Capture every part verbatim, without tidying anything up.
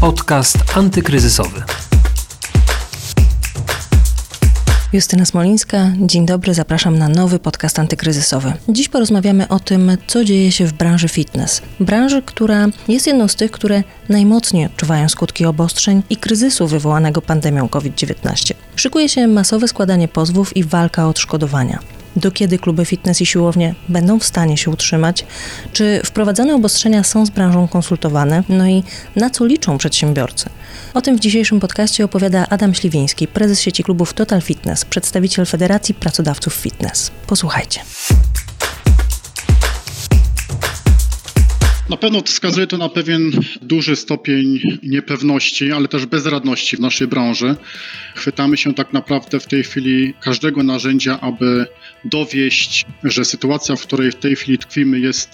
Podcast antykryzysowy. Justyna Smolińska, dzień dobry, zapraszam na nowy podcast antykryzysowy. Dziś porozmawiamy o tym, co dzieje się w branży fitness. Branży, która jest jedną z tych, które najmocniej odczuwają skutki obostrzeń i kryzysu wywołanego pandemią covid dziewiętnaście. Szykuje się masowe składanie pozwów i walka o odszkodowania. Do kiedy kluby fitness i siłownie będą w stanie się utrzymać? Czy wprowadzane obostrzenia są z branżą konsultowane? No i na co liczą przedsiębiorcy? O tym w dzisiejszym podcaście opowiada Adam Śliwiński, prezes sieci klubów Total Fitness, przedstawiciel Federacji Pracodawców Fitness. Posłuchajcie. Na pewno wskazuje to na pewien duży stopień niepewności, ale też bezradności w naszej branży. Chwytamy się tak naprawdę w tej chwili każdego narzędzia, aby dowieść, że sytuacja, w której w tej chwili tkwimy, jest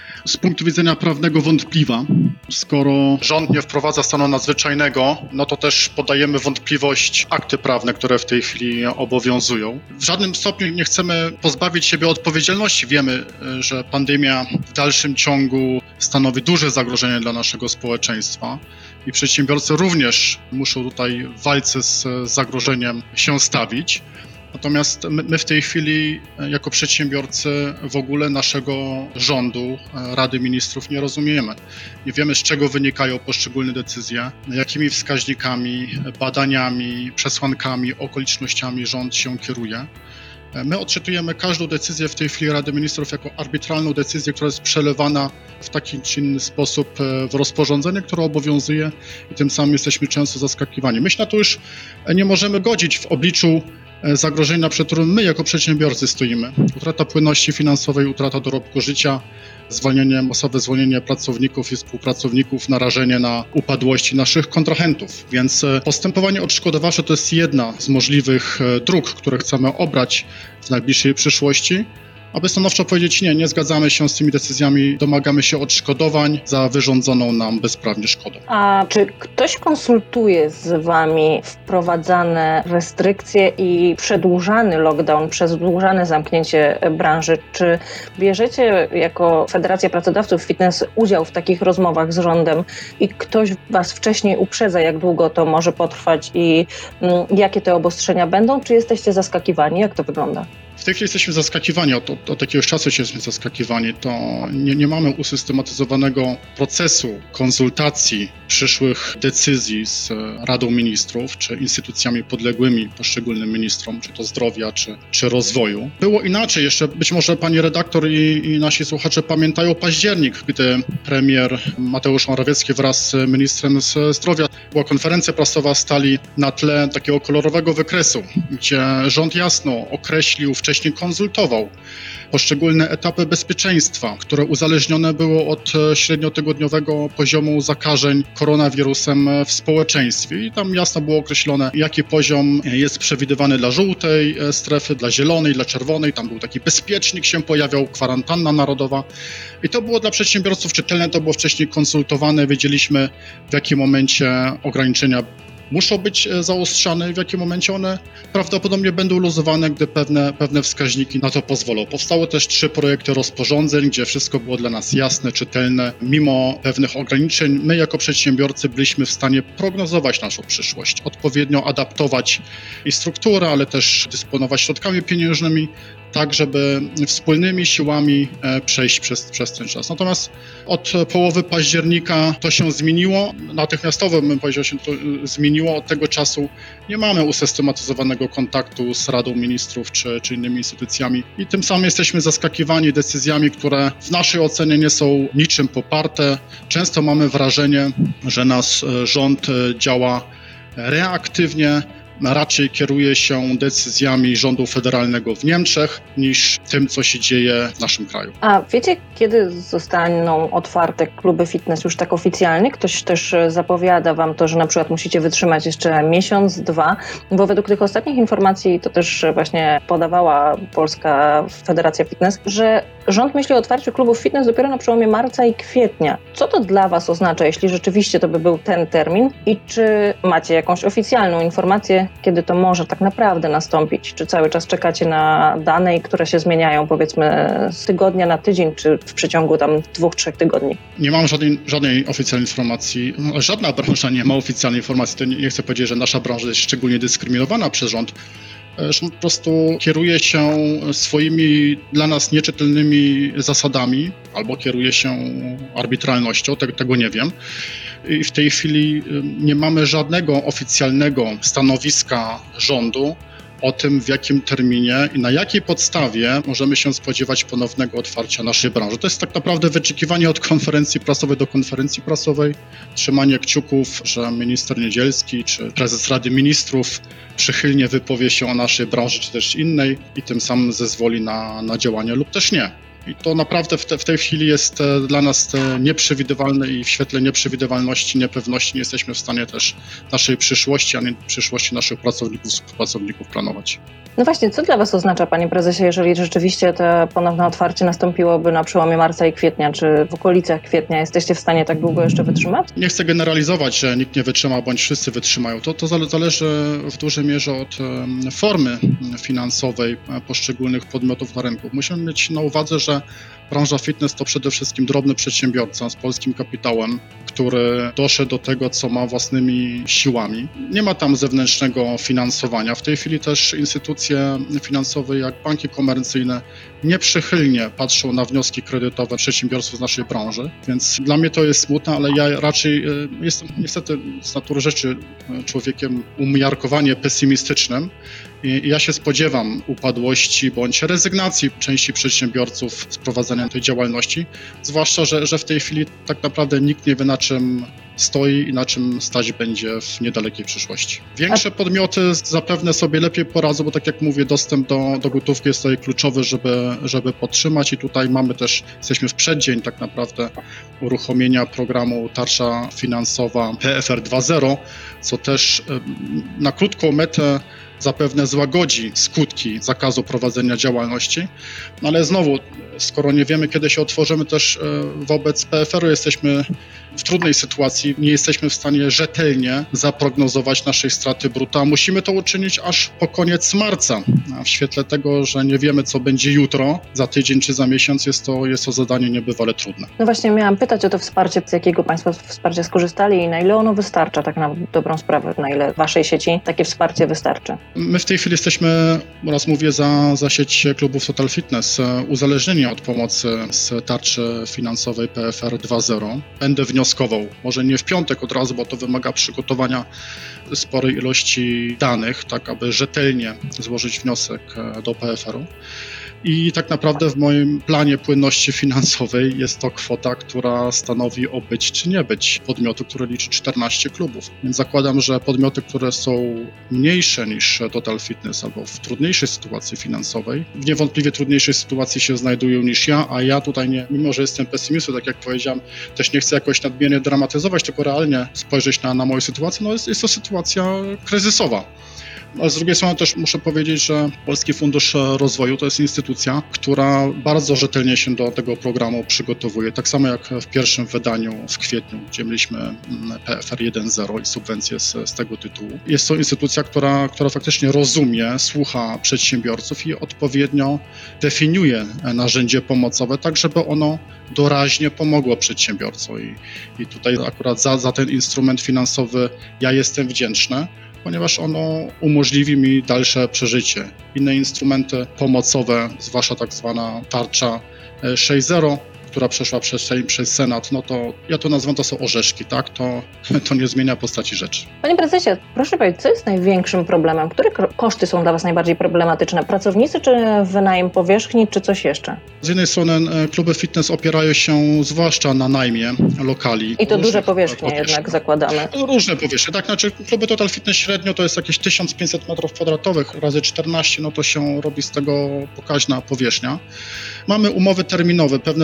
z punktu widzenia prawnego wątpliwa. Skoro rząd nie wprowadza stanu nadzwyczajnego, no to też podajemy wątpliwość akty prawne, które w tej chwili obowiązują. W żadnym stopniu nie chcemy pozbawić siebie odpowiedzialności. Wiemy, że pandemia w dalszym ciągu stanowi duże zagrożenie dla naszego społeczeństwa i przedsiębiorcy również muszą tutaj w walce z zagrożeniem się stawić. Natomiast my, my w tej chwili jako przedsiębiorcy w ogóle naszego rządu, Rady Ministrów nie rozumiemy. Nie wiemy, z czego wynikają poszczególne decyzje, jakimi wskaźnikami, badaniami, przesłankami, okolicznościami rząd się kieruje. My odczytujemy każdą decyzję w tej chwili Rady Ministrów jako arbitralną decyzję, która jest przelewana w taki czy inny sposób w rozporządzenie, które obowiązuje i tym samym jesteśmy często zaskakiwani. My się na to już nie możemy godzić w obliczu zagrożenia, przed którym my jako przedsiębiorcy stoimy. Utrata płynności finansowej, utrata dorobku życia, zwolnienie, masowe zwolnienie pracowników i współpracowników, narażenie na upadłości naszych kontrahentów. Więc postępowanie odszkodowawcze to jest jedna z możliwych dróg, które chcemy obrać w najbliższej przyszłości. Aby stanowczo powiedzieć nie, nie zgadzamy się z tymi decyzjami, domagamy się odszkodowań za wyrządzoną nam bezprawnie szkodę. A czy ktoś konsultuje z Wami wprowadzane restrykcje i przedłużany lockdown, przedłużane zamknięcie branży? Czy bierzecie jako Federacja Pracodawców Fitness udział w takich rozmowach z rządem i ktoś Was wcześniej uprzedza, jak długo to może potrwać i mm, jakie te obostrzenia będą? Czy jesteście zaskakiwani? Jak to wygląda? W tej chwili jesteśmy zaskakiwani, od, od, od jakiegoś czasu jesteśmy zaskakiwani. To nie, nie mamy usystematyzowanego procesu konsultacji przyszłych decyzji z Radą Ministrów, czy instytucjami podległymi poszczególnym ministrom, czy to zdrowia, czy, czy rozwoju. Było inaczej, jeszcze być może pani redaktor i, i nasi słuchacze pamiętają październik, gdy premier Mateusz Morawiecki wraz z ministrem zdrowia, była konferencja prasowa, stali na tle takiego kolorowego wykresu, gdzie rząd jasno określił, wcześniej konsultował poszczególne etapy bezpieczeństwa, które uzależnione było od średniotygodniowego poziomu zakażeń koronawirusem w społeczeństwie. I tam jasno było określone, jaki poziom jest przewidywany dla żółtej strefy, dla zielonej, dla czerwonej. Tam był taki bezpiecznik, się pojawiał, kwarantanna narodowa. I to było dla przedsiębiorców czytelne, to było wcześniej konsultowane, wiedzieliśmy, w jakim momencie ograniczenia muszą być zaostrzane i w jakim momencie one prawdopodobnie będą luzowane, gdy pewne, pewne wskaźniki na to pozwolą. Powstały też trzy projekty rozporządzeń, gdzie wszystko było dla nas jasne, czytelne. Mimo pewnych ograniczeń, my jako przedsiębiorcy byliśmy w stanie prognozować naszą przyszłość, odpowiednio adaptować i strukturę, ale też dysponować środkami pieniężnymi, tak żeby wspólnymi siłami przejść przez, przez ten czas. Natomiast od połowy października to się zmieniło, natychmiastowo bym powiedział, się to zmieniło. Od tego czasu nie mamy usystematyzowanego kontaktu z Radą Ministrów czy, czy innymi instytucjami i tym samym jesteśmy zaskakiwani decyzjami, które w naszej ocenie nie są niczym poparte. Często mamy wrażenie, że nasz rząd działa reaktywnie, raczej kieruje się decyzjami rządu federalnego w Niemczech niż tym, co się dzieje w naszym kraju. A wiecie, kiedy zostaną otwarte kluby fitness już tak oficjalnie? Ktoś też zapowiada Wam to, że na przykład musicie wytrzymać jeszcze miesiąc, dwa, bo według tych ostatnich informacji, to też właśnie podawała Polska Federacja Fitness, że rząd myśli o otwarciu klubów fitness dopiero na przełomie marca i kwietnia. Co to dla Was oznacza, jeśli rzeczywiście to by był ten termin i czy macie jakąś oficjalną informację, wiecie, kiedy to może tak naprawdę nastąpić? Czy cały czas czekacie na dane, które się zmieniają, powiedzmy, z tygodnia na tydzień, czy w przeciągu tam dwóch, trzech tygodni? Nie mam żadnej, żadnej oficjalnej informacji. No, żadna branża nie ma oficjalnej informacji. To nie, nie chcę powiedzieć, że nasza branża jest szczególnie dyskryminowana przez rząd. Rząd po prostu kieruje się swoimi dla nas nieczytelnymi zasadami albo kieruje się arbitralnością, te, tego nie wiem. I w tej chwili nie mamy żadnego oficjalnego stanowiska rządu o tym, w jakim terminie i na jakiej podstawie możemy się spodziewać ponownego otwarcia naszej branży. To jest tak naprawdę wyczekiwanie od konferencji prasowej do konferencji prasowej, trzymanie kciuków, że minister Niedzielski czy prezes Rady Ministrów przychylnie wypowie się o naszej branży czy też innej i tym samym zezwoli na, na działanie lub też nie. I to naprawdę w, te, w tej chwili jest dla nas nieprzewidywalne i w świetle nieprzewidywalności, niepewności nie jesteśmy w stanie też naszej przyszłości, a nie przyszłości naszych pracowników, współpracowników planować. No właśnie, co dla Was oznacza, Panie Prezesie, jeżeli rzeczywiście to ponowne otwarcie nastąpiłoby na przełomie marca i kwietnia, czy w okolicach kwietnia? Jesteście w stanie tak długo jeszcze wytrzymać? Nie chcę generalizować, że nikt nie wytrzyma, bądź wszyscy wytrzymają. To, to zależy w dużej mierze od formy finansowej poszczególnych podmiotów na rynku. Musimy mieć na uwadze, że branża fitness to przede wszystkim drobny przedsiębiorca z polskim kapitałem, który doszedł do tego, co ma własnymi siłami. Nie ma tam zewnętrznego finansowania. W tej chwili też instytucje finansowe jak banki komercyjne nieprzychylnie patrzą na wnioski kredytowe przedsiębiorców z naszej branży, więc dla mnie to jest smutne, ale ja raczej jestem niestety z natury rzeczy człowiekiem umiarkowanie pesymistycznym i ja się spodziewam upadłości bądź rezygnacji części przedsiębiorców z prowadzenia tej działalności, zwłaszcza, że, że w tej chwili tak naprawdę nikt nie wie, na czym stoi i na czym stać będzie w niedalekiej przyszłości. Większe podmioty zapewne sobie lepiej poradzą, bo tak jak mówię, dostęp do, do gotówki jest tutaj kluczowy, żeby, żeby podtrzymać i tutaj mamy też, jesteśmy w przeddzień tak naprawdę uruchomienia programu Tarcza Finansowa P F R dwa zero, co też na krótką metę zapewne złagodzi skutki zakazu prowadzenia działalności, no ale znowu, skoro nie wiemy, kiedy się otworzymy, też wobec P F R-u jesteśmy w trudnej sytuacji, nie jesteśmy w stanie rzetelnie zaprognozować naszej straty brutto, a musimy to uczynić aż po koniec marca. A w świetle tego, że nie wiemy, co będzie jutro, za tydzień czy za miesiąc, jest to, jest to zadanie niebywale trudne. No właśnie, miałam pytać o to wsparcie, z jakiego Państwo wsparcia skorzystali i na ile ono wystarcza, tak na dobrą sprawę, na ile Waszej sieci takie wsparcie wystarczy? My w tej chwili jesteśmy, raz mówię za, za sieć klubów Total Fitness, uzależnieni od pomocy z tarczy finansowej P F R dwa zero. Będę wnioskował, może nie w piątek od razu, bo to wymaga przygotowania sporej ilości danych, tak aby rzetelnie złożyć wniosek do P F R-u. I tak naprawdę w moim planie płynności finansowej jest to kwota, która stanowi o być czy nie być podmiotu, który liczy czternaście klubów. Więc zakładam, że podmioty, które są mniejsze niż Total Fitness albo w trudniejszej sytuacji finansowej, w niewątpliwie trudniejszej sytuacji się znajdują niż ja, a ja tutaj nie, mimo że jestem pesymistą, tak jak powiedziałem, też nie chcę jakoś nadmiernie dramatyzować, tylko realnie spojrzeć na, na moją sytuację. No jest, jest to sytuacja kryzysowa. Ale z drugiej strony też muszę powiedzieć, że Polski Fundusz Rozwoju to jest instytucja, która bardzo rzetelnie się do tego programu przygotowuje. Tak samo jak w pierwszym wydaniu w kwietniu, gdzie mieliśmy P F R jeden zero i subwencje z, z tego tytułu. Jest to instytucja, która, która faktycznie rozumie, słucha przedsiębiorców i odpowiednio definiuje narzędzie pomocowe, tak żeby ono doraźnie pomogło przedsiębiorcom. I, i tutaj akurat za, za ten instrument finansowy ja jestem wdzięczny, ponieważ ono umożliwi mi dalsze przeżycie. Inne instrumenty pomocowe, zwłaszcza tak zwana tarcza sześć zero, która przeszła przez Sejm, przez Senat, no to ja to nazywam, to są orzeszki, tak? To, to nie zmienia postaci rzeczy. Panie prezesie, proszę powiedzieć, co jest największym problemem? Które koszty są dla Was najbardziej problematyczne? Pracownicy, czy wynajem powierzchni, czy coś jeszcze? Z jednej strony kluby fitness opierają się zwłaszcza na najmie lokali. I to duże powierzchnie jednak zakładamy. Różne powierzchnie, tak? Znaczy kluby Total Fitness średnio to jest jakieś tysiąc pięćset metrów kwadratowych razy czternaście, no to się robi z tego pokaźna powierzchnia. Mamy umowy terminowe, pewne zobowiązania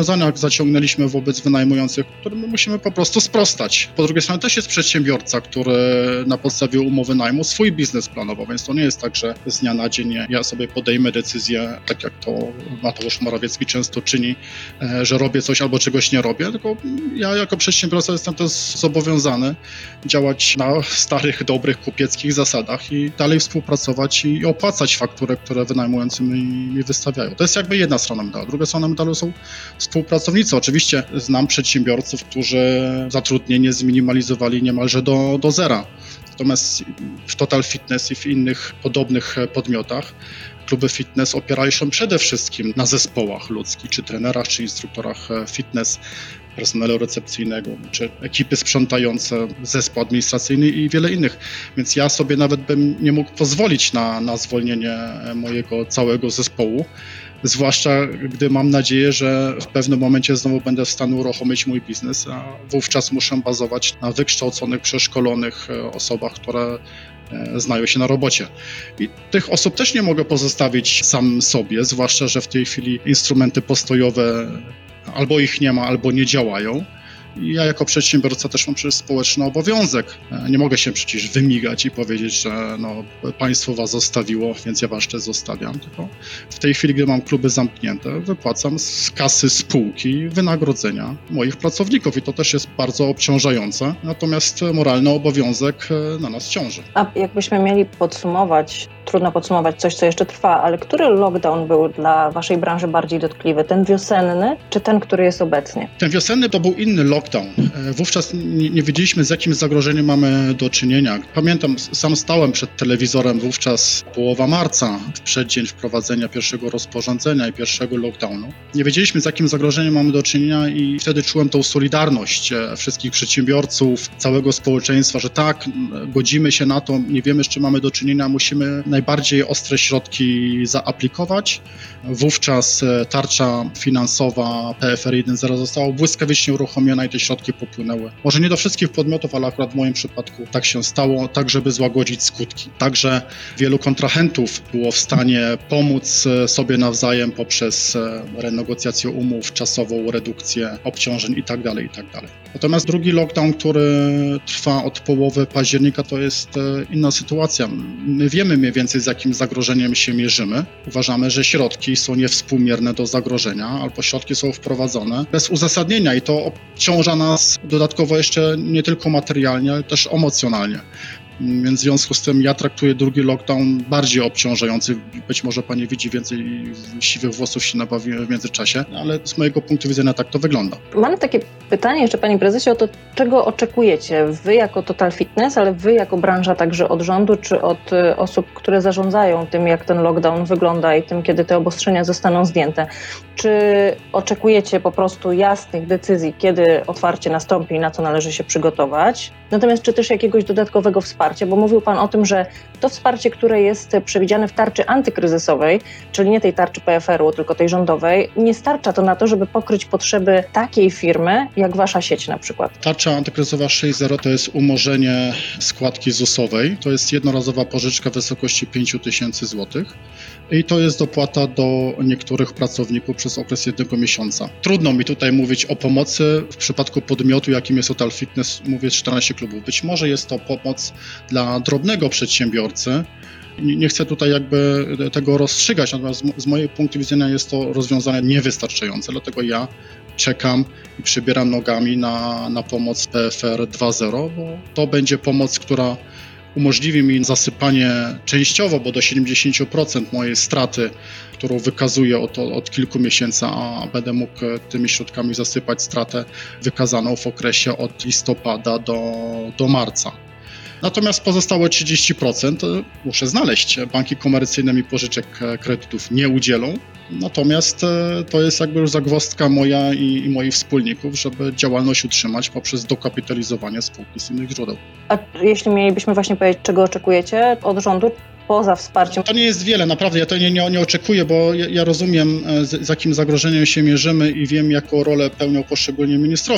zobowiązania zaciągnęliśmy wobec wynajmujących, którym musimy po prostu sprostać. Po drugiej stronie też jest przedsiębiorca, który na podstawie umowy najmu swój biznes planował, więc to nie jest tak, że z dnia na dzień ja sobie podejmę decyzję, tak jak to Mateusz Morawiecki często czyni, że robię coś albo czegoś nie robię, tylko ja jako przedsiębiorca jestem też zobowiązany działać na starych, dobrych, kupieckich zasadach i dalej współpracować i opłacać faktury, które wynajmujący mi, mi wystawiają. To jest jakby jedna strona medalu. Druga strona medalu są współpracownicy. Oczywiście znam przedsiębiorców, którzy zatrudnienie zminimalizowali niemalże do, do zera. Natomiast w Total Fitness i w innych podobnych podmiotach kluby fitness opierają się przede wszystkim na zespołach ludzkich, czy trenerach, czy instruktorach fitness, personelu recepcyjnego, czy ekipy sprzątające, zespół administracyjny i wiele innych. Więc ja sobie nawet bym nie mógł pozwolić na, na zwolnienie mojego całego zespołu, zwłaszcza gdy mam nadzieję, że w pewnym momencie znowu będę w stanie uruchomić mój biznes, a wówczas muszę bazować na wykształconych, przeszkolonych osobach, które znają się na robocie. I tych osób też nie mogę pozostawić sam sobie, zwłaszcza że w tej chwili instrumenty postojowe albo ich nie ma, albo nie działają. I ja jako przedsiębiorca też mam przecież społeczny obowiązek. Nie mogę się przecież wymigać i powiedzieć, że no, państwo was zostawiło, więc ja was też zostawiam. Tylko w tej chwili, gdy mam kluby zamknięte, wypłacam z kasy spółki wynagrodzenia moich pracowników i to też jest bardzo obciążające. Natomiast moralny obowiązek na nas ciąży. A jakbyśmy mieli podsumować, trudno podsumować coś, co jeszcze trwa, ale który lockdown był dla waszej branży bardziej dotkliwy? Ten wiosenny, czy ten, który jest obecnie? Ten wiosenny to był inny lockdown. Wówczas nie, nie wiedzieliśmy, z jakim zagrożeniem mamy do czynienia. Pamiętam, sam stałem przed telewizorem wówczas połowa marca, w przeddzień wprowadzenia pierwszego rozporządzenia i pierwszego lockdownu. Nie wiedzieliśmy, z jakim zagrożeniem mamy do czynienia i wtedy czułem tą solidarność wszystkich przedsiębiorców, całego społeczeństwa, że tak, godzimy się na to, nie wiemy, z czym mamy do czynienia, musimy najbardziej ostre środki zaaplikować. Wówczas tarcza finansowa P F R jeden zero została błyskawicznie uruchomiona i te środki popłynęły. Może nie do wszystkich podmiotów, ale akurat w moim przypadku tak się stało, tak żeby złagodzić skutki. Także wielu kontrahentów było w stanie pomóc sobie nawzajem poprzez renegocjację umów, czasową redukcję obciążeń itd., itd. Natomiast drugi lockdown, który trwa od połowy października, to jest inna sytuacja. My wiemy mniej więcej, z jakim zagrożeniem się mierzymy. Uważamy, że środki są niewspółmierne do zagrożenia, albo środki są wprowadzone bez uzasadnienia i to obciąża nas dodatkowo jeszcze nie tylko materialnie, ale też emocjonalnie. Więc w związku z tym ja traktuję drugi lockdown bardziej obciążający. Być może pani widzi więcej siwych włosów się nabawi w międzyczasie, ale z mojego punktu widzenia tak to wygląda. Mam takie pytanie jeszcze, panie prezesie, o to, czego oczekujecie wy jako Total Fitness, ale wy jako branża także od rządu, czy od osób, które zarządzają tym, jak ten lockdown wygląda i tym, kiedy te obostrzenia zostaną zdjęte. Czy oczekujecie po prostu jasnych decyzji, kiedy otwarcie nastąpi i na co należy się przygotować? Natomiast czy też jakiegoś dodatkowego wsparcia, bo mówił pan o tym, że to wsparcie, które jest przewidziane w tarczy antykryzysowej, czyli nie tej tarczy P F R u, tylko tej rządowej, nie starcza to na to, żeby pokryć potrzeby takiej firmy, jak wasza sieć na przykład. Tarcza antykryzysowa sześć zero to jest umorzenie składki zusowej. To jest jednorazowa pożyczka w wysokości pięć tysięcy złotych i to jest dopłata do niektórych pracowników przez okres jednego miesiąca. Trudno mi tutaj mówić o pomocy. W przypadku podmiotu, jakim jest Total Fitness, mówię czternaście klubów. Być może jest to pomoc dla drobnego przedsiębiorcy. Nie chcę tutaj jakby tego rozstrzygać, natomiast z mojego punktu widzenia jest to rozwiązanie niewystarczające, dlatego ja czekam i przybieram nogami na, na pomoc P F R dwa zero, bo to będzie pomoc, która umożliwi mi zasypanie częściowo, bo do siedemdziesiąt procent mojej straty, którą wykazuję od, od kilku miesięcy, a będę mógł tymi środkami zasypać stratę wykazaną w okresie od listopada do, do marca. Natomiast pozostałe trzydzieści procent muszę znaleźć. Banki komercyjne mi pożyczek kredytów nie udzielą. Natomiast to jest jakby już zagwozdka moja i, i moich wspólników, żeby działalność utrzymać poprzez dokapitalizowanie spółki z innych źródeł. A jeśli mielibyśmy właśnie powiedzieć, czego oczekujecie od rządu, poza wsparciem? To nie jest wiele, naprawdę, ja to nie, nie, nie oczekuję, bo ja, ja rozumiem, z, z jakim zagrożeniem się mierzymy i wiem, jaką rolę pełnią poszczególni ministrowie.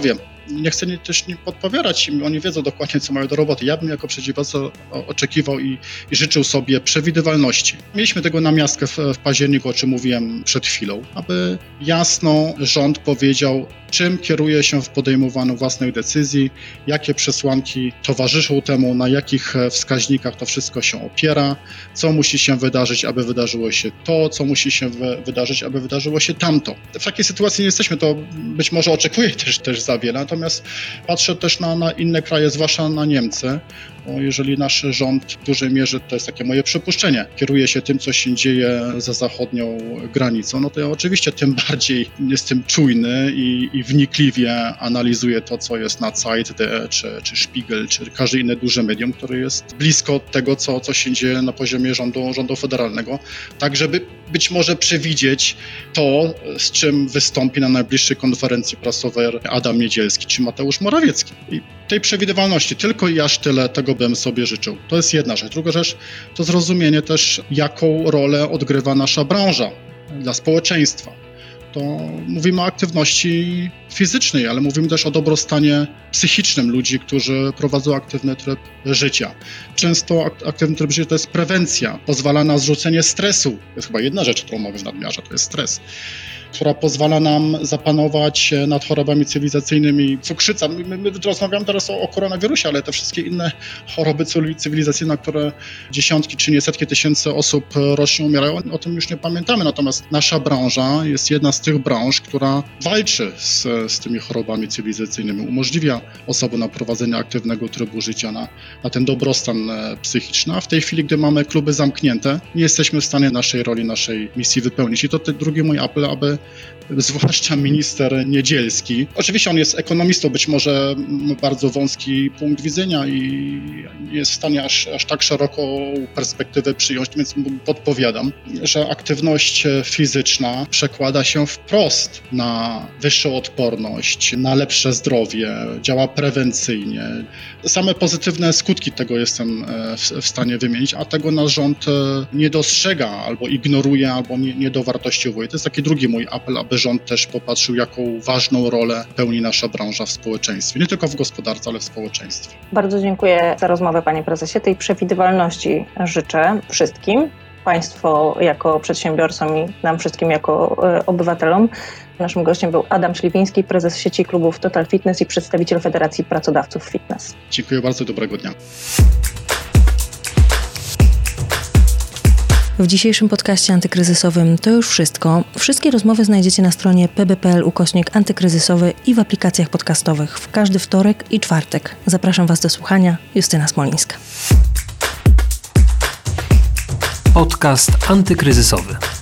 nie chcę nie, też nie podpowiadać im, oni wiedzą dokładnie, co mają do roboty. Ja bym jako przedsiębiorca oczekiwał i, i życzył sobie przewidywalności. Mieliśmy tego namiastkę w, w październiku, o czym mówiłem przed chwilą, aby jasno rząd powiedział, czym kieruje się w podejmowaniu własnych decyzji, jakie przesłanki towarzyszą temu, na jakich wskaźnikach to wszystko się opiera, co musi się wydarzyć, aby wydarzyło się to, co musi się wy- wydarzyć, aby wydarzyło się tamto. W takiej sytuacji nie jesteśmy, to być może oczekuję też, też za wiele, natomiast patrzę też na, na inne kraje, zwłaszcza na Niemcy, bo jeżeli nasz rząd w dużej mierze, to jest takie moje przypuszczenie, kieruje się tym, co się dzieje za zachodnią granicą, no to ja oczywiście tym bardziej jestem czujny i, i wnikliwie analizuję to, co jest na Zeit, czy, czy Spiegel, czy każde inne duże medium, które jest blisko tego, co, co się dzieje na poziomie rządu, rządu federalnego, tak żeby być może przewidzieć to, z czym wystąpi na najbliższej konferencji prasowej Adam Niedzielski czy Mateusz Morawiecki. I tej przewidywalności tylko i aż tyle tego bym sobie życzył. To jest jedna rzecz. Druga rzecz to zrozumienie też, jaką rolę odgrywa nasza branża dla społeczeństwa. To mówimy o aktywności fizycznej, ale mówimy też o dobrostanie psychicznym ludzi, którzy prowadzą aktywny tryb życia. Często aktywny tryb życia to jest prewencja, pozwala na zrzucenie stresu. To jest chyba jedna rzecz, którą mamy w nadmiarze, to jest stres, która pozwala nam zapanować nad chorobami cywilizacyjnymi. Cukrzyca, my, my rozmawiamy teraz o, o koronawirusie, ale te wszystkie inne choroby cywilizacyjne, które dziesiątki czy nie setki tysięcy osób rocznie umierają, o tym już nie pamiętamy. Natomiast nasza branża jest jedna z tych branż, która walczy z, z tymi chorobami cywilizacyjnymi, umożliwia osobom na prowadzenie aktywnego trybu życia, na, na ten dobrostan psychiczny. A w tej chwili, gdy mamy kluby zamknięte, nie jesteśmy w stanie naszej roli, naszej misji wypełnić. I to ten drugi mój apel, aby zwłaszcza minister Niedzielski. Oczywiście on jest ekonomistą, być może ma bardzo wąski punkt widzenia i nie jest w stanie aż, aż tak szeroką perspektywę przyjąć, więc mu podpowiadam, że aktywność fizyczna przekłada się wprost na wyższą odporność, na lepsze zdrowie, działa prewencyjnie. Same pozytywne skutki tego jestem w, w stanie wymienić, a tego nasz rząd nie dostrzega albo ignoruje, albo nie, nie dowartościowuje. To jest taki drugi mój apel, aby rząd też popatrzył, jaką ważną rolę pełni nasza branża w społeczeństwie. Nie tylko w gospodarce, ale w społeczeństwie. Bardzo dziękuję za rozmowę, panie prezesie. Tej przewidywalności życzę wszystkim. Państwu jako przedsiębiorcom i nam wszystkim jako y, obywatelom. Naszym gościem był Adam Śliwiński, prezes sieci klubów Total Fitness i przedstawiciel Federacji Pracodawców Fitness. Dziękuję bardzo, dobrego dnia. W dzisiejszym podcaście antykryzysowym to już wszystko. Wszystkie rozmowy znajdziecie na stronie pb.pl ukośnik antykryzysowy i w aplikacjach podcastowych w każdy wtorek i czwartek. Zapraszam Was do słuchania. Justyna Smolińska. Podcast antykryzysowy.